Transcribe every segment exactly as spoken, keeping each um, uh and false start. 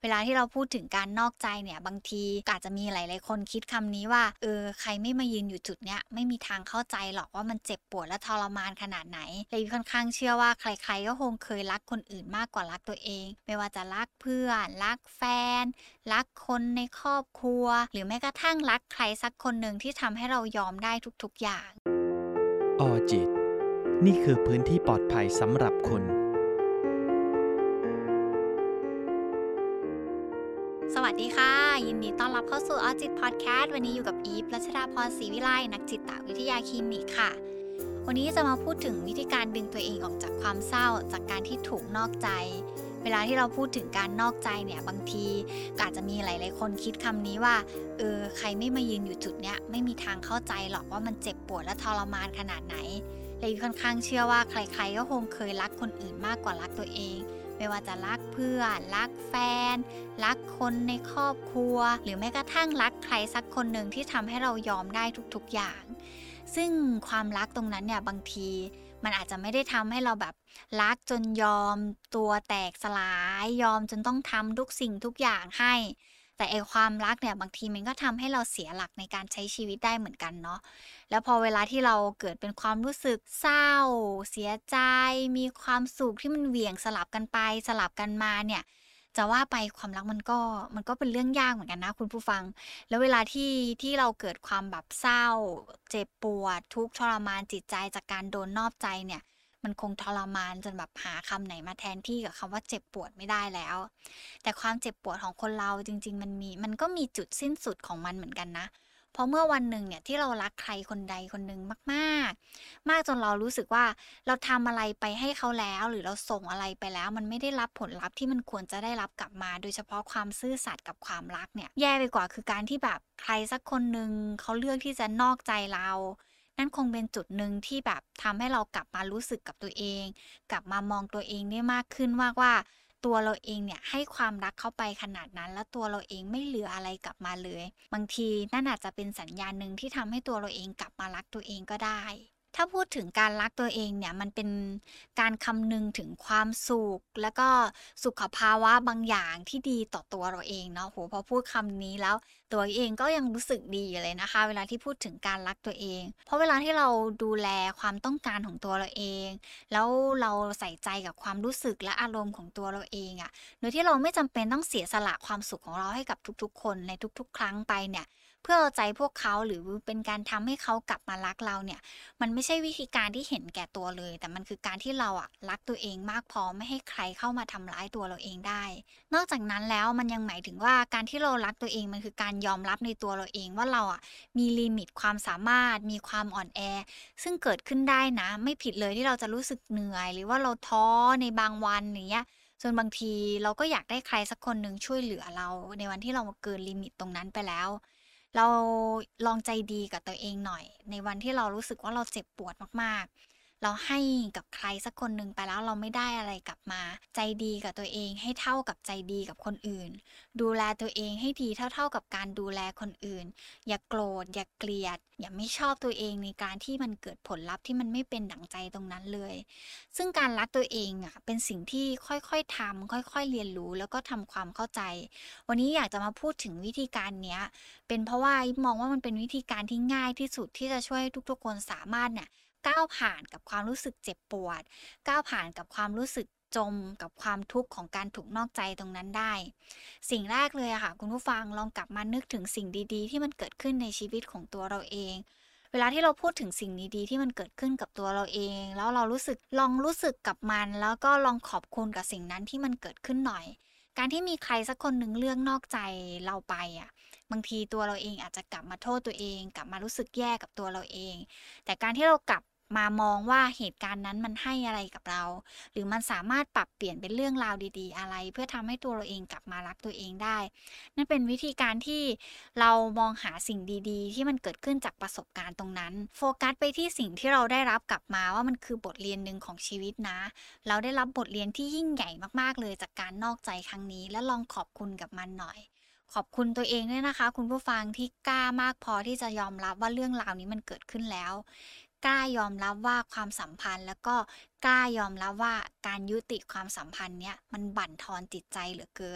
เวลาที่เราพูดถึงการนอกใจเนี่ยบางทีอาจจะมีหลายๆคนคิดคำนี้ว่าเออใครไม่มายืนอยู่จุดเนี้ยไม่มีทางเข้าใจหรอกว่ามันเจ็บปวดและทรมานขนาดไหนเลยค่อนข้างเชื่อว่าใครๆก็คงเคยรักคนอื่นมากกว่ารักตัวเองไม่ว่าจะรักเพื่อนรักแฟนรักคนในครอบครัวหรือแม้กระทั่งรักใครสักคนหนึ่งที่ทำให้เรายอมได้ทุกๆอย่างออจิตนี่คือพื้นที่ปลอดภัยสำหรับคุณสวัสดีค่ะยินดีต้อนรับเข้าสู่ออจิตพอดแคสต์วันนี้อยู่กับอีฟรัชดาพรศรีวิไลนักจิตวิทยาคลินิกค่ะวันนี้จะมาพูดถึงวิธีการดึงตัวเองออกจากความเศร้าจากการที่ถูกนอกใจเวลาที่เราพูดถึงการนอกใจเนี่ยบางทีอาจจะมีหลายๆคนคิดคำนี้ว่าเออใครไม่มายืนอยู่จุดเนี้ยไม่มีทางเข้าใจหรอกว่ามันเจ็บปวดและทรมานขนาดไหนเลยค่อนข้างเชื่อว่าใครๆก็คงเคยรักคนอื่นมากกว่ารักตัวเองไม่ว่าจะรักเพื่อนรักแฟนรักคนในครอบครัวหรือแม้กระทั่งรักใครสักคนหนึ่งที่ทำให้เรายอมได้ทุกๆอย่างซึ่งความรักตรงนั้นเนี่ยบางทีมันอาจจะไม่ได้ทำให้เราแบบรักจนยอมตัวแตกสลายยอมจนต้องทำทุกสิ่งทุกอย่างให้แต่ไอความรักเนี่ยบางทีมันก็ทำให้เราเสียหลักในการใช้ชีวิตได้เหมือนกันเนาะแล้วพอเวลาที่เราเกิดเป็นความรู้สึกเศร้าเสียใจมีความสุขที่มันเหวี่ยงสลับกันไปสลับกันมาเนี่ยจะว่าไปความรักมันก็มันก็เป็นเรื่องยากเหมือนกันนะคุณผู้ฟังแล้วเวลาที่ที่เราเกิดความแบบเศร้าเจ็บปวดทุกข์ทรมานจิตใจจากการโดนนอกใจเนี่ยมันคงทรมานจนแบบหาคำไหนมาแทนที่กับคำว่าเจ็บปวดไม่ได้แล้วแต่ความเจ็บปวดของคนเราจริงๆมันมีมันก็มีจุดสิ้นสุดของมันเหมือนกันนะเพราะเมื่อวันหนึ่งเนี่ยที่เรารักใครคนใดคนหนึ่งมากๆมากจนเรารู้สึกว่าเราทำอะไรไปให้เขาแล้วหรือเราส่งอะไรไปแล้วมันไม่ได้รับผลลัพธ์ที่มันควรจะได้รับกลับมาโดยเฉพาะความซื่อสัตย์กับความรักเนี่ยแย่ไปกว่าคือการที่แบบใครสักคนหนึ่งเขาเลือกที่จะนอกใจเรานั่นคงเป็นจุดหนึ่งที่แบบทำให้เรากลับมารู้สึกกับตัวเองกลับมามองตัวเองได้มากขึ้นว่าว่าตัวเราเองเนี่ยให้ความรักเข้าไปขนาดนั้นแล้วตัวเราเองไม่เหลืออะไรกลับมาเลยบางทีนั่นอาจจะเป็นสัญญาณหนึ่งที่ทำให้ตัวเราเองกลับมารักตัวเองก็ได้ถ้าพูดถึงการรักตัวเองเนี่ยมันเป็นการคำนึงถึงความสุขแล้วก็สุขภาวะบางอย่างที่ดีต่อตัวเราเองเนาะโหพอพูดคำนี้แล้วตัวเองก็ยังรู้สึกดีอยู่เลยนะคะเวลาที่พูดถึงการรักตัวเองเพราะเวลาที่เราดูแลความต้องการของตัวเราเองแล้วเราใส่ใจกับความรู้สึกและอารมณ์ของตัวเราเองอะโดยที่เราไม่จำเป็นต้องเสียสละความสุขของเราให้กับทุกๆคนในทุกๆครั้งไปเนี่ยเพื่อเอาใจพวกเขาหรือเป็นการทำให้เขากลับมารักเราเนี่ยมันไม่ใช่วิธีการที่เห็นแก่ตัวเลยแต่มันคือการที่เราอะรักตัวเองมากพอไม่ให้ใครเข้ามาทำร้ายตัวเราเองได้นอกจากนั้นแล้วมันยังหมายถึงว่าการที่เรารักตัวเองมันคือการยอมรับในตัวเราเองว่าเราอะมีลิมิตความสามารถมีความอ่อนแอซึ่งเกิดขึ้นได้นะไม่ผิดเลยที่เราจะรู้สึกเหนื่อยหรือว่าเราท้อในบางวันอย่างเงี้ยจนบางทีเราก็อยากได้ใครสักคนหนึ่งช่วยเหลือเราในวันที่เราเกินลิมิตตรงนั้นไปแล้ว เราลองใจดีกับตัวเองหน่อยในวันที่เรารู้สึกว่าเราเจ็บปวดมากๆเราให้กับใครสักคนหนึ่งไปแล้วเราไม่ได้อะไรกลับมาใจดีกับตัวเองให้เท่ากับใจดีกับคนอื่นดูแลตัวเองให้ดีเท่าๆกับการดูแลคนอื่นอย่าโกรธอย่าเกลียดอย่าไม่ชอบตัวเองในการที่มันเกิดผลลัพธ์ที่มันไม่เป็นดั่งใจตรงนั้นเลยซึ่งการรักตัวเองอะเป็นสิ่งที่ค่อยๆทำค่อยๆเรียนรู้แล้วก็ทำความเข้าใจวันนี้อยากจะมาพูดถึงวิธีการเนี้ย เป็นเพราะว่าอีฟมองว่ามันเป็นวิธีการที่ง่ายที่สุดที่จะช่วยให้ทุกๆคนสามารถเนี่ยก้าวผ่านกับความรู้สึกเจ็บปวดก้าวผ่านกับความรู้สึกจมกับความทุกข์ของการถูกนอกใจตรงนั้นได้สิ่งแรกเลยอะค่ะคุณผู้ฟังลองกลับมานึกถึงสิ่งดีๆที่มันเกิดขึ้นในชีวิตของตัวเราเองเวลาที่เราพูดถึงสิ่งดีๆที่มันเกิดขึ้นกับตัวเราเองแล้วเรารู้สึกลองรู้สึกกับมันแล้วก็ลองขอบคุณกับสิ่งนั้นที่มันเกิดขึ้นหน่อยการที่มีใครสักคนหนึ่งเลือกนอกใจเราไปอะ บางทีตัวเราเองอาจจะกลับมาโทษตัวเองกลับมารู้สึกแย่กับตัวเราเองแต่การที่เรากลับมามองว่าเหตุการณ์นั้นมันให้อะไรกับเราหรือมันสามารถปรับเปลี่ยนเป็นเรื่องราวดีๆอะไรเพื่อทำให้ตัวเราเองกลับมารักตัวเองได้นั่นเป็นวิธีการที่เรามองหาสิ่งดีๆที่มันเกิดขึ้นจากประสบการณ์ตรงนั้นโฟกัสไปที่สิ่งที่เราได้รับกลับมาว่ามันคือบทเรียนหนึ่งของชีวิตนะเราได้รับบทเรียนที่ยิ่งใหญ่มากๆเลยจากการนอกใจครั้งนี้และลองขอบคุณกับมันหน่อย ขอบคุณตัวเองด้วยนะคะคุณผู้ฟังที่กล้ามากพอที่จะยอมรับว่าเรื่องราวนี้มันเกิดขึ้นแล้วกล้ายอมรับว่าความสัมพันธ์แล้วก็กล้ายอมรับว่าการยุติความสัมพันธ์เนี้ยมันบั่นทอนจิตใจเหลือเกิน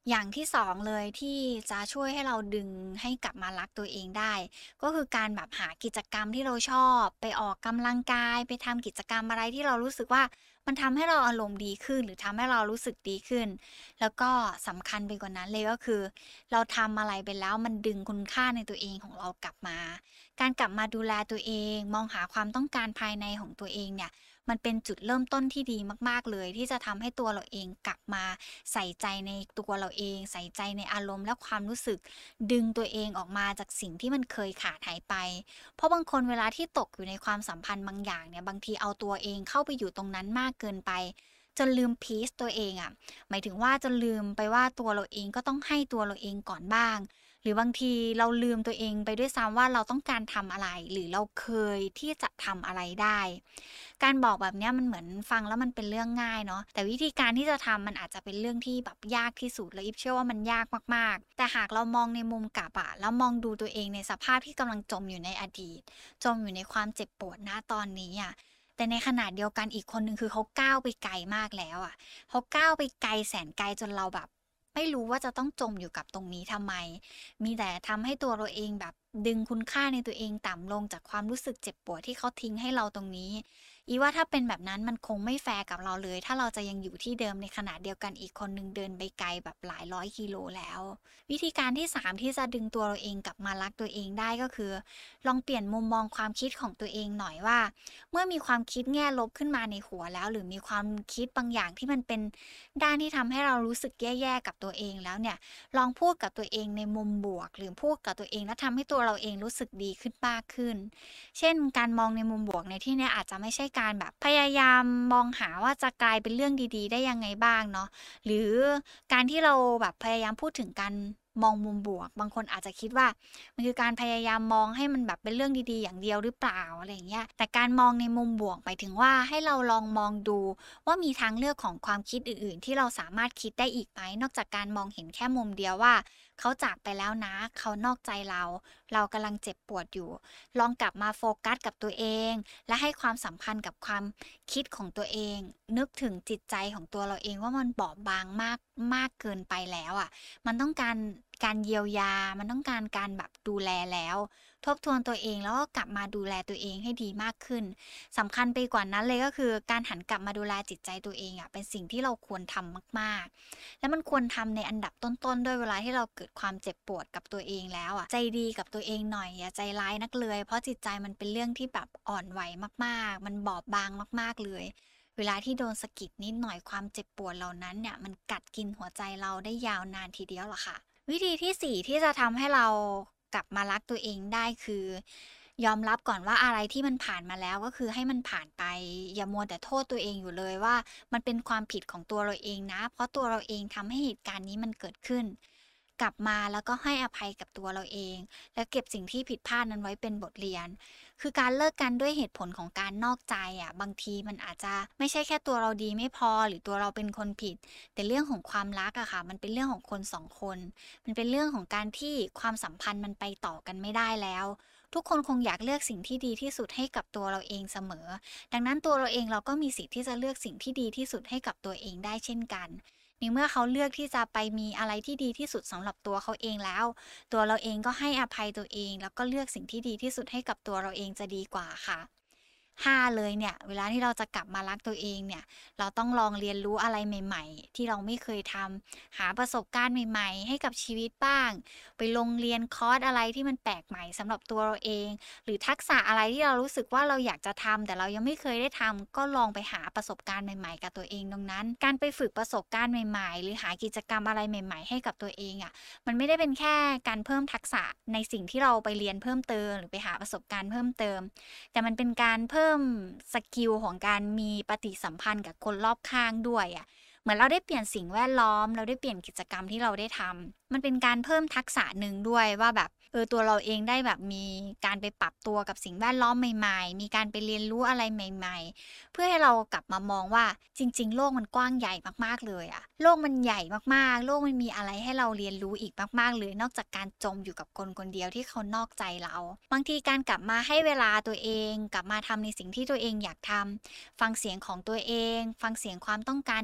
อย่างที่สองเลยที่จะช่วยให้เราดึงให้กลับมารักตัวเองได้ก็คือการแบบหากิจกรรมที่เราชอบไปออกกำลังกายไปทำกิจกรรมอะไรที่เรารู้สึกว่ามันทำให้เราอารมณ์ดีขึ้นหรือทำให้เรารู้สึกดีขึ้นแล้วก็สำคัญไปกว่านั้นเลยก็คือเราทำอะไรไปแล้วมันดึงคุณค่าในตัวเองของเรากลับมาการกลับมาดูแลตัวเองมองหาความต้องการภายในของตัวเองเนี่ยมันเป็นจุดเริ่มต้นที่ดีมากๆเลยที่จะทำให้ตัวเราเองกลับมาใส่ใจในตัวเราเองใส่ใจในอารมณ์และความรู้สึกดึงตัวเองออกมาจากสิ่งที่มันเคยขาดหายไปเพราะบางคนเวลาที่ตกอยู่ในความสัมพันธ์บางอย่างเนี่ยบางทีเอาตัวเองเข้าไปอยู่ตรงนั้นมากเกินไปจนลืมพีซตัวเองอะหมายถึงว่าจนลืมไปว่าตัวเราเองก็ต้องให้ตัวเราเองก่อนบ้างหรือบางทีเราลืมตัวเองไปด้วยซ้ำว่าเราต้องการทำอะไรหรือเราเคยที่จะทำอะไรได้การบอกแบบเนี้ยมันเหมือนฟังแล้วมันเป็นเรื่องง่ายเนาะแต่วิธีการที่จะทำมันอาจจะเป็นเรื่องที่แบบยากที่สุดและอิฟเชื่อว่ามันยากมากๆแต่หากเรามองในมุมกลับอะแล้วมองดูตัวเองในสภาพที่กำลังจมอยู่ในอดีตจมอยู่ในความเจ็บปวดณตอนนี้อะแต่ในขณะเดียวกันอีกคนหนึ่งคือเขาก้าวไปไกลมากแล้วอะเขาก้าวไปไกลแสนไกลจนเราแบบไม่รู้ว่าจะต้องจมอยู่กับตรงนี้ทำไมมีแต่ทำให้ตัวเราเองแบบดึงคุณค่าในตัวเองต่ำลงจากความรู้สึกเจ็บปวดที่เขาทิ้งให้เราตรงนี้อีว่าถ้าเป็นแบบนั้นมันคงไม่แฟร์กับเราเลยถ้าเราจะยังอยู่ที่เดิมในขณะเดียวกันอีกคนหนึ่งเดินไปไกลแบบหลายร้อยกิโลแล้ววิธีการที่สามที่จะดึงตัวเราเองกลับมารักตัวเองได้ก็คือลองเปลี่ยนมุมมองความคิดของตัวเองหน่อยว่าเมื่อมีความคิดแง่ลบขึ้นมาในหัวแล้วหรือมีความคิดบางอย่างที่มันเป็นด้านที่ทำให้เรารู้สึกแย่ๆกับตัวเองแล้วเนี่ยลองพูดกับตัวเองในมุมบวกหรือพูดกับตัวเองแล้วทำให้ตัวเราเองรู้สึกดีขึ้นมากขึ้นเช่นการมองในมุมบวกในที่นี้อาจจะไม่ใช่การแบบพยายามมองหาว่าจะกลายเป็นเรื่องดีๆได้ยังไงบ้างเนาะหรือการที่เราแบบพยายามพูดถึงการมองมุมบวกบางคนอาจจะคิดว่ามันคือการพยายามมองให้มันแบบเป็นเรื่องดีๆอย่างเดียวหรือเปล่าอะไรอย่างเงี้ยแต่การมองในมุมบวกหมายถึงว่าให้เราลองมองดูว่ามีทางเลือกของความคิดอื่นๆที่เราสามารถคิดได้อีกไหมนอกจากการมองเห็นแค่มุมเดียวว่าเขาจากไปแล้วนะเขานอกใจเราเรากำลังเจ็บปวดอยู่ลองกลับมาโฟกัสกับตัวเองและให้ความสำคัญกับความคิดของตัวเองนึกถึงจิตใจของตัวเราเองว่ามันบอบบางมากมากเกินไปแล้วอ่ะมันต้องการการเยียวยามันต้องการการแบบดูแลแล้วทบทวนตัวเองแล้วก็กลับมาดูแลตัวเองให้ดีมากขึ้นสำคัญไปกว่านั้นเลยก็คือการหันกลับมาดูแลจิตใจตัวเองอ่ะเป็นสิ่งที่เราควรทำมากๆและมันควรทำในอันดับต้นๆด้วยเวลาที่เราเกิดความเจ็บปวดกับตัวเองแล้วอ่ะใจดีกับตัวเองหน่อยอย่าใจร้ายนักเลยเพราะจิตใจมันเป็นเรื่องที่แบบอ่อนไหวมากๆมันบอบบางมากๆเลยเวลาที่โดนสะกิดนิดหน่อยความเจ็บปวดเหล่านั้นเนี่ยมันกัดกินหัวใจเราได้ยาวนานทีเดียวล่ะค่ะวิธีที่สี่ที่จะทำให้เรากลับมารักตัวเองได้คือยอมรับก่อนว่าอะไรที่มันผ่านมาแล้วก็คือให้มันผ่านไปอย่ามัวแต่โทษตัวเองอยู่เลยว่ามันเป็นความผิดของตัวเราเองนะเพราะตัวเราเองทำให้เหตุการณ์นี้มันเกิดขึ้นกลับมาแล้วก็ให้อภัยกับตัวเราเองแล้วเก็บสิ่งที่ผิดพลาดนั้นไว้เป็นบทเรียนคือการเลิกกันด้วยเหตุผลของการนอกใจอ่ะบางทีมันอาจจะไม่ใช่แค่ตัวเราดีไม่พอหรือตัวเราเป็นคนผิดแต่เรื่องของความรักอะค่ะมันเป็นเรื่องของคนสองคนมันเป็นเรื่องของการที่ความสัมพันธ์มันไปต่อกันไม่ได้แล้วทุกคนคงอยากเลือกสิ่งที่ดีที่สุดให้กับตัวเราเองเสมอดังนั้นตัวเราเองเราก็มีสิทธิ์ที่จะเลือกสิ่งที่ดีที่สุดให้กับตัวเองได้เช่นกันในเมื่อเขาเลือกที่จะไปมีอะไรที่ดีที่สุดสำหรับตัวเขาเองแล้วตัวเราเองก็ให้อภัยตัวเองแล้วก็เลือกสิ่งที่ดีที่สุดให้กับตัวเราเองจะดีกว่าค่ะห้าเลยเนี่ยเวลาที่เราจะกลับมารักตัวเองเนี่ยเราต้องลองเรียนรู้อะไรใหม่ๆที่เราไม่เคยทำหาประสบการณ์ใหม่ๆให้กับชีวิตบ้างไปลงเรียนคอร์สอะไรที่มันแปลกใหม่สำหรับตัวเราเองหรือทักษะอะไรที่เรารู้สึกว่าเราอยากจะทำแต่เรายังไม่เคยได้ทำก็ลองไปหาประสบการณ์ใหม่ๆกับตัวเองตรงนั้นการไปฝึกประสบการณ์ใหม่ๆหรือหากิจกรรมอะไรใหม่ๆให้กับตัวเองอ่ะมันไม่ได้เป็นแค่การเพิ่มทักษะในสิ่งที่เราไปเรียนเพิ่มเติมหรือไปหาประสบการณ์เพิ่มเติมแต่มันเป็นการเพิ่มสกิลของการมีปฏิสัมพันธ์กับคนรอบข้างด้วยอ่ะเหมือนเราได้เปลี่ยนสิ่งแวดล้อมเราได้เปลี่ยนกิจกรรมที่เราได้ทำมันเป็นการเพิ่มทักษะหนึ่งด้วยว่าแบบเออตัวเราเองได้แบบมีการไปปรับตัวกับสิ่งแวดล้อมใหม่ๆมีการไปเรียนรู้อะไรใหม่ๆเพื่อให้เรากลับมามองว่าจริงๆโลกมันกว้างใหญ่มากๆเลยอะโลกมันใหญ่มากๆโลกมันมีอะไรให้เราเรียนรู้อีกมากๆเลยนอกจากการจมอยู่กับคนคนเดียวที่เขานอกใจเราบางทีการกลับมาให้เวลาตัวเองกลับมาทำในสิ่งที่ตัวเองอยากทำฟังเสียงของตัวเองฟังเสียงความต้องการในใจของ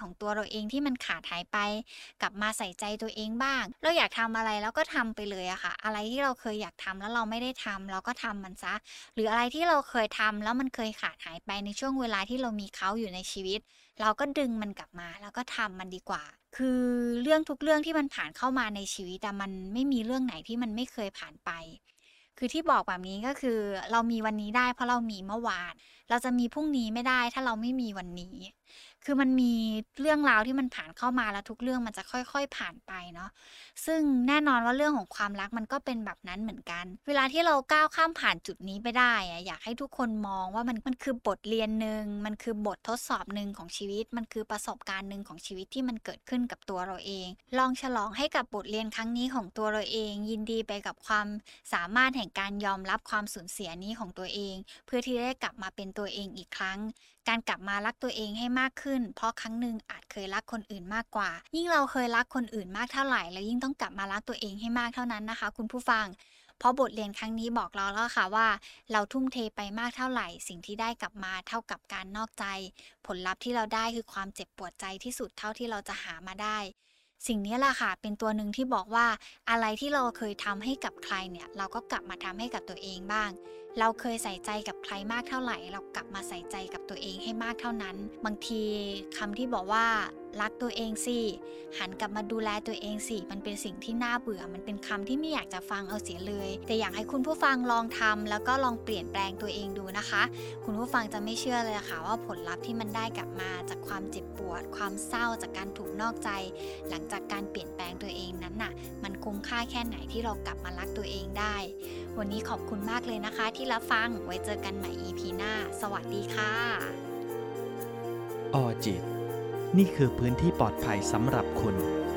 ของตัวเราเองที่มันขาดหายไปกลับมาใส่ใจตัวเองบ้างเราอยากทำอะไรแล้วก็ทำไปเลยอะค่ะอะไรที่เราเคยอยากทำแล้วเราไม่ได้ทำเราก็ทำมันซะหรืออะไรที่เราเคยทำแล้วมันเคยขาดหายไปในช่วงเวลาที่เรามีเขาอยู่ในชีวิตเราก็ดึงมันกลับมาแล้วก็ทำมันดีกว่าคือเรื่องทุกเรื่องที่มันผ่านเข้ามาในชีวิตแต่มันไม่มีเรื่องไหนที่มันไม่เคยผ่านไปคือที่บอกแบบนี้ก็คือเรามีวันนี้ได้เพราะเรามีเมื่อวานเราจะมีพรุ่งนี้ไม่ได้ถ้าเราไม่มีวันนี้คือมันมีเรื่องราวที่มันผ่านเข้ามาแล้วทุกเรื่องมันจะค่อยๆผ่านไปเนาะซึ่งแน่นอนว่าเรื่องของความรักมันก็เป็นแบบนั้นเหมือนกันเวลาที่เราก้าวข้ามผ่านจุดนี้ไปได้อะอยากให้ทุกคนมองว่ามันมันคือบทเรียนนึงมันคือบททดสอบนึงของชีวิตมันคือประสบการณ์นึงของชีวิตที่มันเกิดขึ้นกับตัวเราเองลองฉลองให้กับบทเรียนครั้งนี้ของตัวเราเองยินดีไปกับความสามารถแห่งการยอมรับความสูญเสียนี้ของตัวเองเพื่อที่ได้กลับมาเป็นตัวเองอีกครั้งการกลับมารักตัวเองให้มากขึ้นเพราะครั้งหนึ่งอาจเคยรักคนอื่นมากกว่ายิ่งเราเคยรักคนอื่นมากเท่าไหร่แล้วยิ่งต้องกลับมารักตัวเองให้มากเท่านั้นนะคะคุณผู้ฟังเพราะบทเรียนครั้งนี้บอกเราแล้วค่ะว่าเราทุ่มเทไปมากเท่าไหร่สิ่งที่ได้กลับมาเท่ากับการนอกใจผลลัพธ์ที่เราได้คือความเจ็บปวดใจที่สุดเท่าที่เราจะหามาได้สิ่งนี้แหละค่ะเป็นตัวหนึ่งที่บอกว่าอะไรที่เราเคยทำให้กับใครเนี่ยเราก็กลับมาทำให้กับตัวเองบ้างเราเคยใส่ใจกับใครมากเท่าไหร่เรากลับมาใส่ใจกับตัวเองให้มากเท่านั้นบางทีคำที่บอกว่ารักตัวเองสิหันกลับมาดูแลตัวเองสิมันเป็นสิ่งที่น่าเบื่อมันเป็นคำที่ไม่อยากจะฟังเอาเสียเลยแต่อยากให้คุณผู้ฟังลองทำแล้วก็ลองเปลี่ยนแปลงตัวเองดูนะคะคุณผู้ฟังจะไม่เชื่อเลยค่ะว่าผลลัพธ์ที่มันได้กลับมาจากความเจ็บปวดความเศร้าจากการถูกนอกใจหลังจากการเปลี่ยนแปลงตัวเองนั้นน่ะมันคุ้มค่าแค่ไหนที่เรากลับมารักตัวเองได้วันนี้ขอบคุณมากเลยนะคะที่รับฟังไว้เจอกันใหม่ อี พี หน้าสวัสดีค่ะออจิตนี่คือพื้นที่ปลอดภัยสำหรับคุณ